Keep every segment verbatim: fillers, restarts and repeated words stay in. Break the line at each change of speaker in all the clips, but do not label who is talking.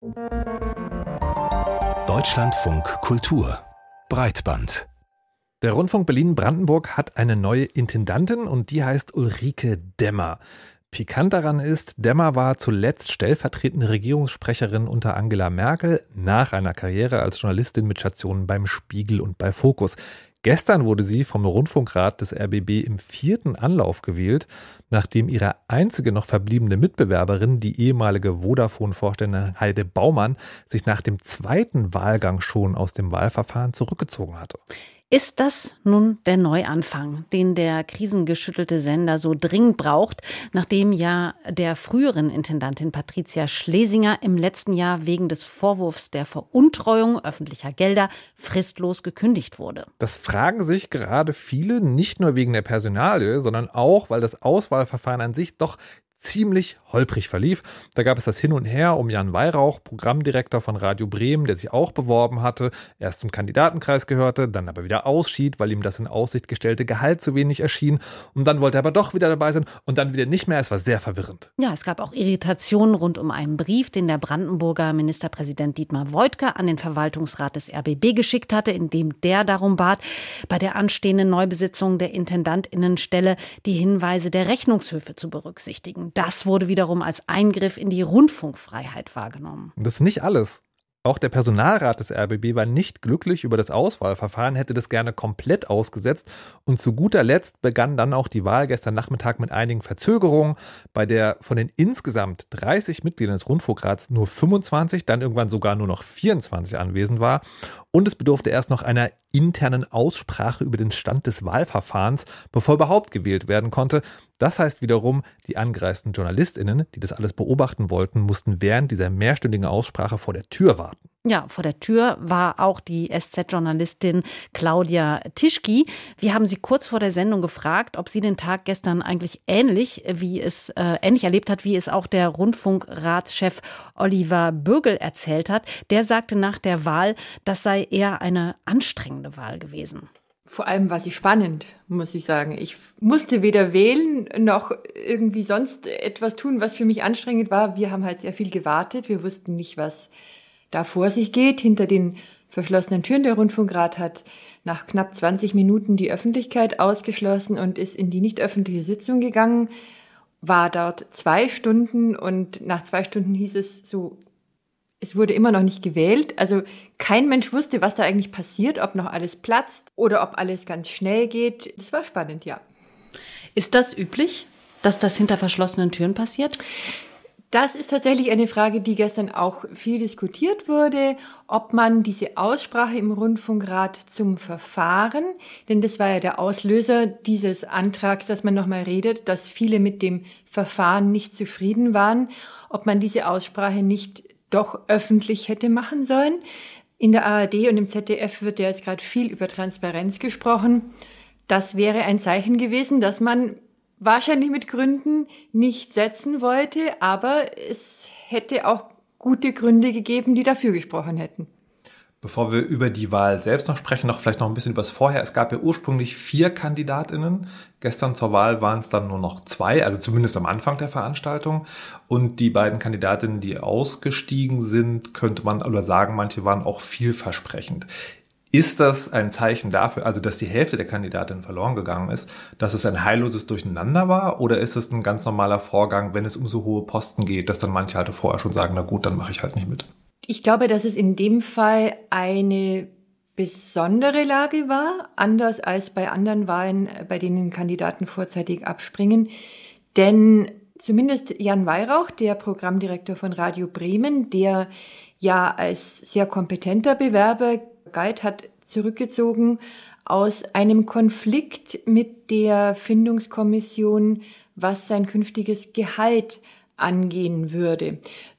Deutschlandfunk Kultur Breitband.
Der Rundfunk Berlin-Brandenburg hat eine neue Intendantin und die heißt Ulrike Demmer. Pikant daran ist, Demmer war zuletzt stellvertretende Regierungssprecherin unter Angela Merkel nach einer Karriere als Journalistin mit Stationen beim Spiegel und bei Focus. Gestern wurde sie vom Rundfunkrat des R B B im vierten Anlauf gewählt, nachdem ihre einzige noch verbliebene Mitbewerberin, die ehemalige Vodafone-Vorständin Heide Baumann, sich nach dem zweiten Wahlgang schon aus dem Wahlverfahren zurückgezogen hatte.
Ist das nun der Neuanfang, den der krisengeschüttelte Sender so dringend braucht, nachdem ja der früheren Intendantin Patricia Schlesinger im letzten Jahr wegen des Vorwurfs der Veruntreuung öffentlicher Gelder fristlos gekündigt wurde?
Das fragen sich gerade viele, nicht nur wegen der Personalie, sondern auch, weil das Auswahlverfahren an sich doch ziemlich holprig verlief. Da gab es das Hin und Her um Jan Weihrauch, Programmdirektor von Radio Bremen, der sich auch beworben hatte, erst zum Kandidatenkreis gehörte, dann aber wieder ausschied, weil ihm das in Aussicht gestellte Gehalt zu wenig erschien. Und dann wollte er aber doch wieder dabei sein und dann wieder nicht mehr. Es war sehr verwirrend.
Ja, es gab auch Irritationen rund um einen Brief, den der Brandenburger Ministerpräsident Dietmar Woidke an den Verwaltungsrat des R B B geschickt hatte, in dem der darum bat, bei der anstehenden Neubesetzung der Intendantinnenstelle die Hinweise der Rechnungshöfe zu berücksichtigen. Das wurde wiederum als Eingriff in die Rundfunkfreiheit wahrgenommen.
Das ist nicht alles. Auch der Personalrat des R B B war nicht glücklich über das Auswahlverfahren, hätte das gerne komplett ausgesetzt. Und zu guter Letzt begann dann auch die Wahl gestern Nachmittag mit einigen Verzögerungen, bei der von den insgesamt dreißig Mitgliedern des Rundfunkrats nur fünfundzwanzig, dann irgendwann sogar nur noch vierundzwanzig anwesend war. Und es bedurfte erst noch einer internen Aussprache über den Stand des Wahlverfahrens, bevor überhaupt gewählt werden konnte. Das heißt wiederum, die angereisten JournalistInnen, die das alles beobachten wollten, mussten während dieser mehrstündigen Aussprache vor der Tür warten.
Ja, vor der Tür war auch die S Z-Journalistin Claudia Tischki. Wir haben sie kurz vor der Sendung gefragt, ob sie den Tag gestern eigentlich ähnlich wie es äh, ähnlich erlebt hat, wie es auch der Rundfunkratschef Oliver Bürgel erzählt hat. Der sagte nach der Wahl, das sei eher eine anstrengende Wahl gewesen.
Vor allem war sie spannend, muss ich sagen. Ich musste weder wählen noch irgendwie sonst etwas tun, was für mich anstrengend war. Wir haben halt sehr viel gewartet. Wir wussten nicht, was da vor sich geht. Hinter den verschlossenen Türen der Rundfunkrat hat nach knapp zwanzig Minuten die Öffentlichkeit ausgeschlossen und ist in die nicht öffentliche Sitzung gegangen, war dort zwei Stunden und nach zwei Stunden hieß es so, es wurde immer noch nicht gewählt. Also kein Mensch wusste, was da eigentlich passiert, ob noch alles platzt oder ob alles ganz schnell geht. Das war spannend, ja.
Ist das üblich, dass das hinter verschlossenen Türen passiert?
Das ist tatsächlich eine Frage, die gestern auch viel diskutiert wurde, ob man diese Aussprache im Rundfunkrat zum Verfahren, denn das war ja der Auslöser dieses Antrags, dass man nochmal redet, dass viele mit dem Verfahren nicht zufrieden waren, ob man diese Aussprache nicht doch öffentlich hätte machen sollen. In der A R D und im Z D F wird ja jetzt gerade viel über Transparenz gesprochen. Das wäre ein Zeichen gewesen, dass man wahrscheinlich mit Gründen nicht setzen wollte, aber es hätte auch gute Gründe gegeben, die dafür gesprochen hätten.
Bevor wir über die Wahl selbst noch sprechen, noch vielleicht noch ein bisschen über das Vorher. Es gab ja ursprünglich vier KandidatInnen. Gestern zur Wahl waren es dann nur noch zwei, also zumindest am Anfang der Veranstaltung. Und die beiden Kandidatinnen, die ausgestiegen sind, könnte man oder sagen, manche waren auch vielversprechend. Ist das ein Zeichen dafür, also dass die Hälfte der Kandidatinnen verloren gegangen ist, dass es ein heilloses Durcheinander war? Oder ist es ein ganz normaler Vorgang, wenn es um so hohe Posten geht, dass dann manche halt vorher schon sagen, na gut, dann mache ich halt nicht mit?
Ich glaube, dass es in dem Fall eine besondere Lage war, anders als bei anderen Wahlen, bei denen Kandidaten vorzeitig abspringen. Denn zumindest Jan Weihrauch, der Programmdirektor von Radio Bremen, der ja als sehr kompetenter Bewerber galt, hat zurückgezogen aus einem Konflikt mit der Findungskommission, was sein künftiges Gehalt angehen würde.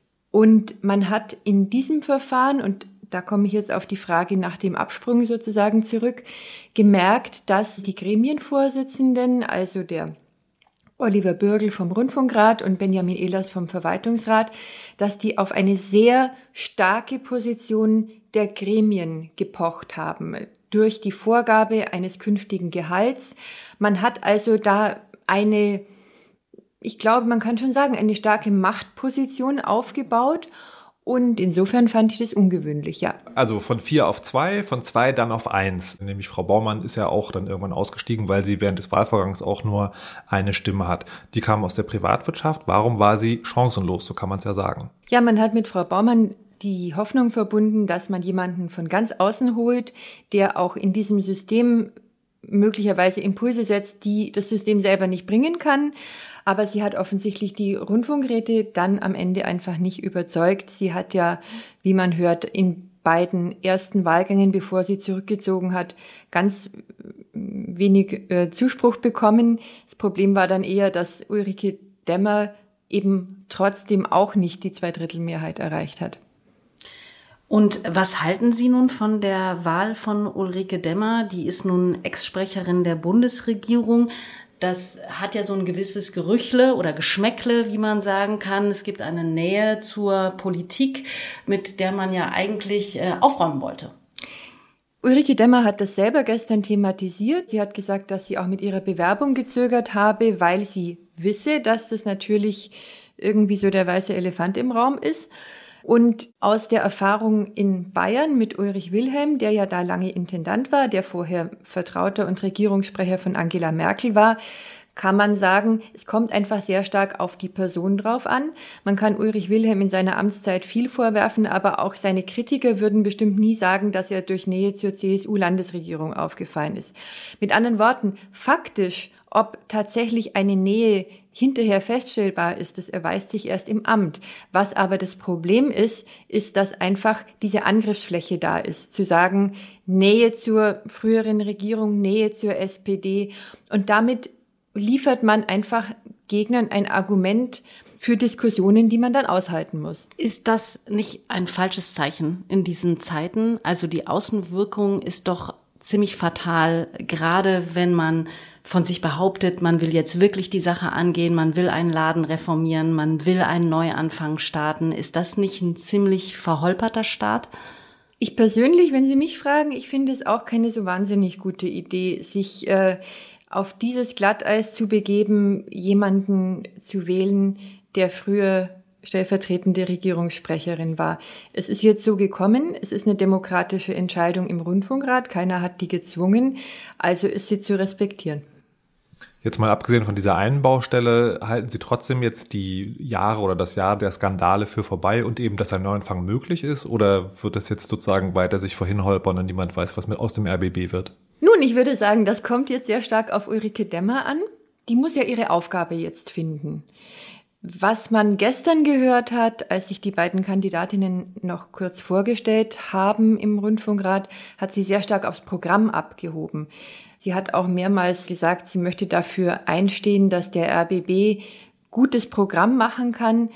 Und man hat in diesem Verfahren, und da komme ich jetzt auf die Frage nach dem Absprung sozusagen zurück, gemerkt, dass die Gremienvorsitzenden, also der Oliver Bürgel vom Rundfunkrat und Benjamin Ehlers vom Verwaltungsrat, dass die auf eine sehr starke Position der Gremien gepocht haben, durch die Vorgabe eines künftigen Gehalts. Man hat also da eine, ich glaube, man kann schon sagen, eine starke Machtposition aufgebaut. Und insofern fand ich das ungewöhnlich, ja.
Also von vier auf zwei, von zwei dann auf eins. Nämlich Frau Baumann ist ja auch dann irgendwann ausgestiegen, weil sie während des Wahlvorgangs auch nur eine Stimme hat. Die kam aus der Privatwirtschaft. Warum war sie chancenlos? So kann man es ja sagen.
Ja, man hat mit Frau Baumann die Hoffnung verbunden, dass man jemanden von ganz außen holt, der auch in diesem System möglicherweise Impulse setzt, die das System selber nicht bringen kann. Aber sie hat offensichtlich die Rundfunkräte dann am Ende einfach nicht überzeugt. Sie hat ja, wie man hört, in beiden ersten Wahlgängen, bevor sie zurückgezogen hat, ganz wenig äh, Zuspruch bekommen. Das Problem war dann eher, dass Ulrike Demmer eben trotzdem auch nicht die Zweidrittelmehrheit erreicht hat.
Und was halten Sie nun von der Wahl von Ulrike Demmer? Die ist nun Ex-Sprecherin der Bundesregierung. Das hat ja so ein gewisses Gerüchle oder Geschmäckle, wie man sagen kann. Es gibt eine Nähe zur Politik, mit der man ja eigentlich äh, aufräumen wollte.
Ulrike Demmer hat das selber gestern thematisiert. Sie hat gesagt, dass sie auch mit ihrer Bewerbung gezögert habe, weil sie wisse, dass das natürlich irgendwie so der weiße Elefant im Raum ist. Und aus der Erfahrung in Bayern mit Ulrich Wilhelm, der ja da lange Intendant war, der vorher Vertrauter und Regierungssprecher von Angela Merkel war, kann man sagen, es kommt einfach sehr stark auf die Person drauf an. Man kann Ulrich Wilhelm in seiner Amtszeit viel vorwerfen, aber auch seine Kritiker würden bestimmt nie sagen, dass er durch Nähe zur C S U-Landesregierung aufgefallen ist. Mit anderen Worten, faktisch, ob tatsächlich eine Nähe hinterher feststellbar ist, das erweist sich erst im Amt. Was aber das Problem ist, ist, dass einfach diese Angriffsfläche da ist. Zu sagen, Nähe zur früheren Regierung, Nähe zur S P D. Und damit liefert man einfach Gegnern ein Argument für Diskussionen, die man dann aushalten muss.
Ist das nicht ein falsches Zeichen in diesen Zeiten? Also die Außenwirkung ist doch ziemlich fatal, gerade wenn man von sich behauptet, man will jetzt wirklich die Sache angehen, man will einen Laden reformieren, man will einen Neuanfang starten. Ist das nicht ein ziemlich verholperter Start?
Ich persönlich, wenn Sie mich fragen, ich finde es auch keine so wahnsinnig gute Idee, sich äh, auf dieses Glatteis zu begeben, jemanden zu wählen, der früher stellvertretende Regierungssprecherin war. Es ist jetzt so gekommen, es ist eine demokratische Entscheidung im Rundfunkrat, keiner hat die gezwungen, also ist sie zu respektieren.
Jetzt mal abgesehen von dieser einen Baustelle, halten Sie trotzdem jetzt die Jahre oder das Jahr der Skandale für vorbei und eben, dass ein Neuanfang möglich ist? Oder wird das jetzt sozusagen weiter sich vorhin holpern und niemand weiß, was mit aus dem R B B wird?
Nun, ich würde sagen, das kommt jetzt sehr stark auf Ulrike Demmer an. Die muss ja ihre Aufgabe jetzt finden. Was man gestern gehört hat, als sich die beiden Kandidatinnen noch kurz vorgestellt haben im Rundfunkrat, hat sie sehr stark aufs Programm abgehoben. Sie hat auch mehrmals gesagt, sie möchte dafür einstehen, dass der R B B gutes Programm machen kann.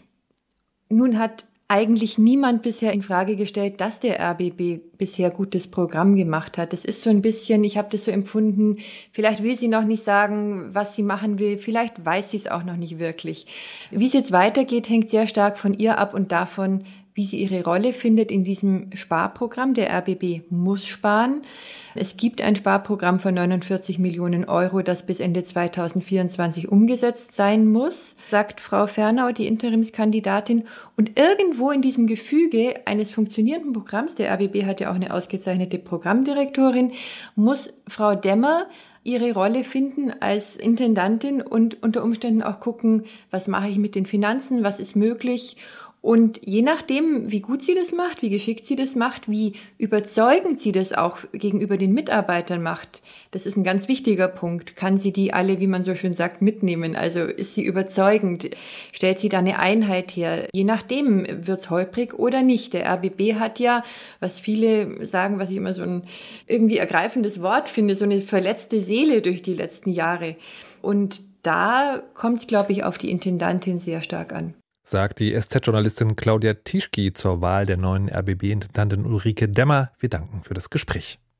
Nun hat eigentlich niemand bisher in Frage gestellt, dass der R B B bisher gutes Programm gemacht hat. Das ist so ein bisschen, ich habe das so empfunden, vielleicht will sie noch nicht sagen, was sie machen will, vielleicht weiß sie es auch noch nicht wirklich. Wie es jetzt weitergeht, hängt sehr stark von ihr ab und davon, wie sie ihre Rolle findet in diesem Sparprogramm. Der R B B muss sparen. Es gibt ein Sparprogramm von neunundvierzig Millionen Euro, das bis Ende zweitausendvierundzwanzig umgesetzt sein muss, sagt Frau Fernau, die Interimskandidatin. Und irgendwo in diesem Gefüge eines funktionierenden Programms, der R B B hat ja auch eine ausgezeichnete Programmdirektorin, muss Frau Demmer ihre Rolle finden als Intendantin und unter Umständen auch gucken, was mache ich mit den Finanzen, was ist möglich. Und je nachdem, wie gut sie das macht, wie geschickt sie das macht, wie überzeugend sie das auch gegenüber den Mitarbeitern macht, das ist ein ganz wichtiger Punkt. Kann sie die alle, wie man so schön sagt, mitnehmen? Also ist sie überzeugend? Stellt sie da eine Einheit her? Je nachdem wird's holprig oder nicht. Der R B B hat ja, was viele sagen, was ich immer so ein irgendwie ergreifendes Wort finde, so eine verletzte Seele durch die letzten Jahre. Und da kommt es, glaube ich, auf die Intendantin sehr stark an.
Sagt die S Z-Journalistin Claudia Tischki zur Wahl der neuen R B B-Intendantin Ulrike Demmer. Wir danken für das Gespräch.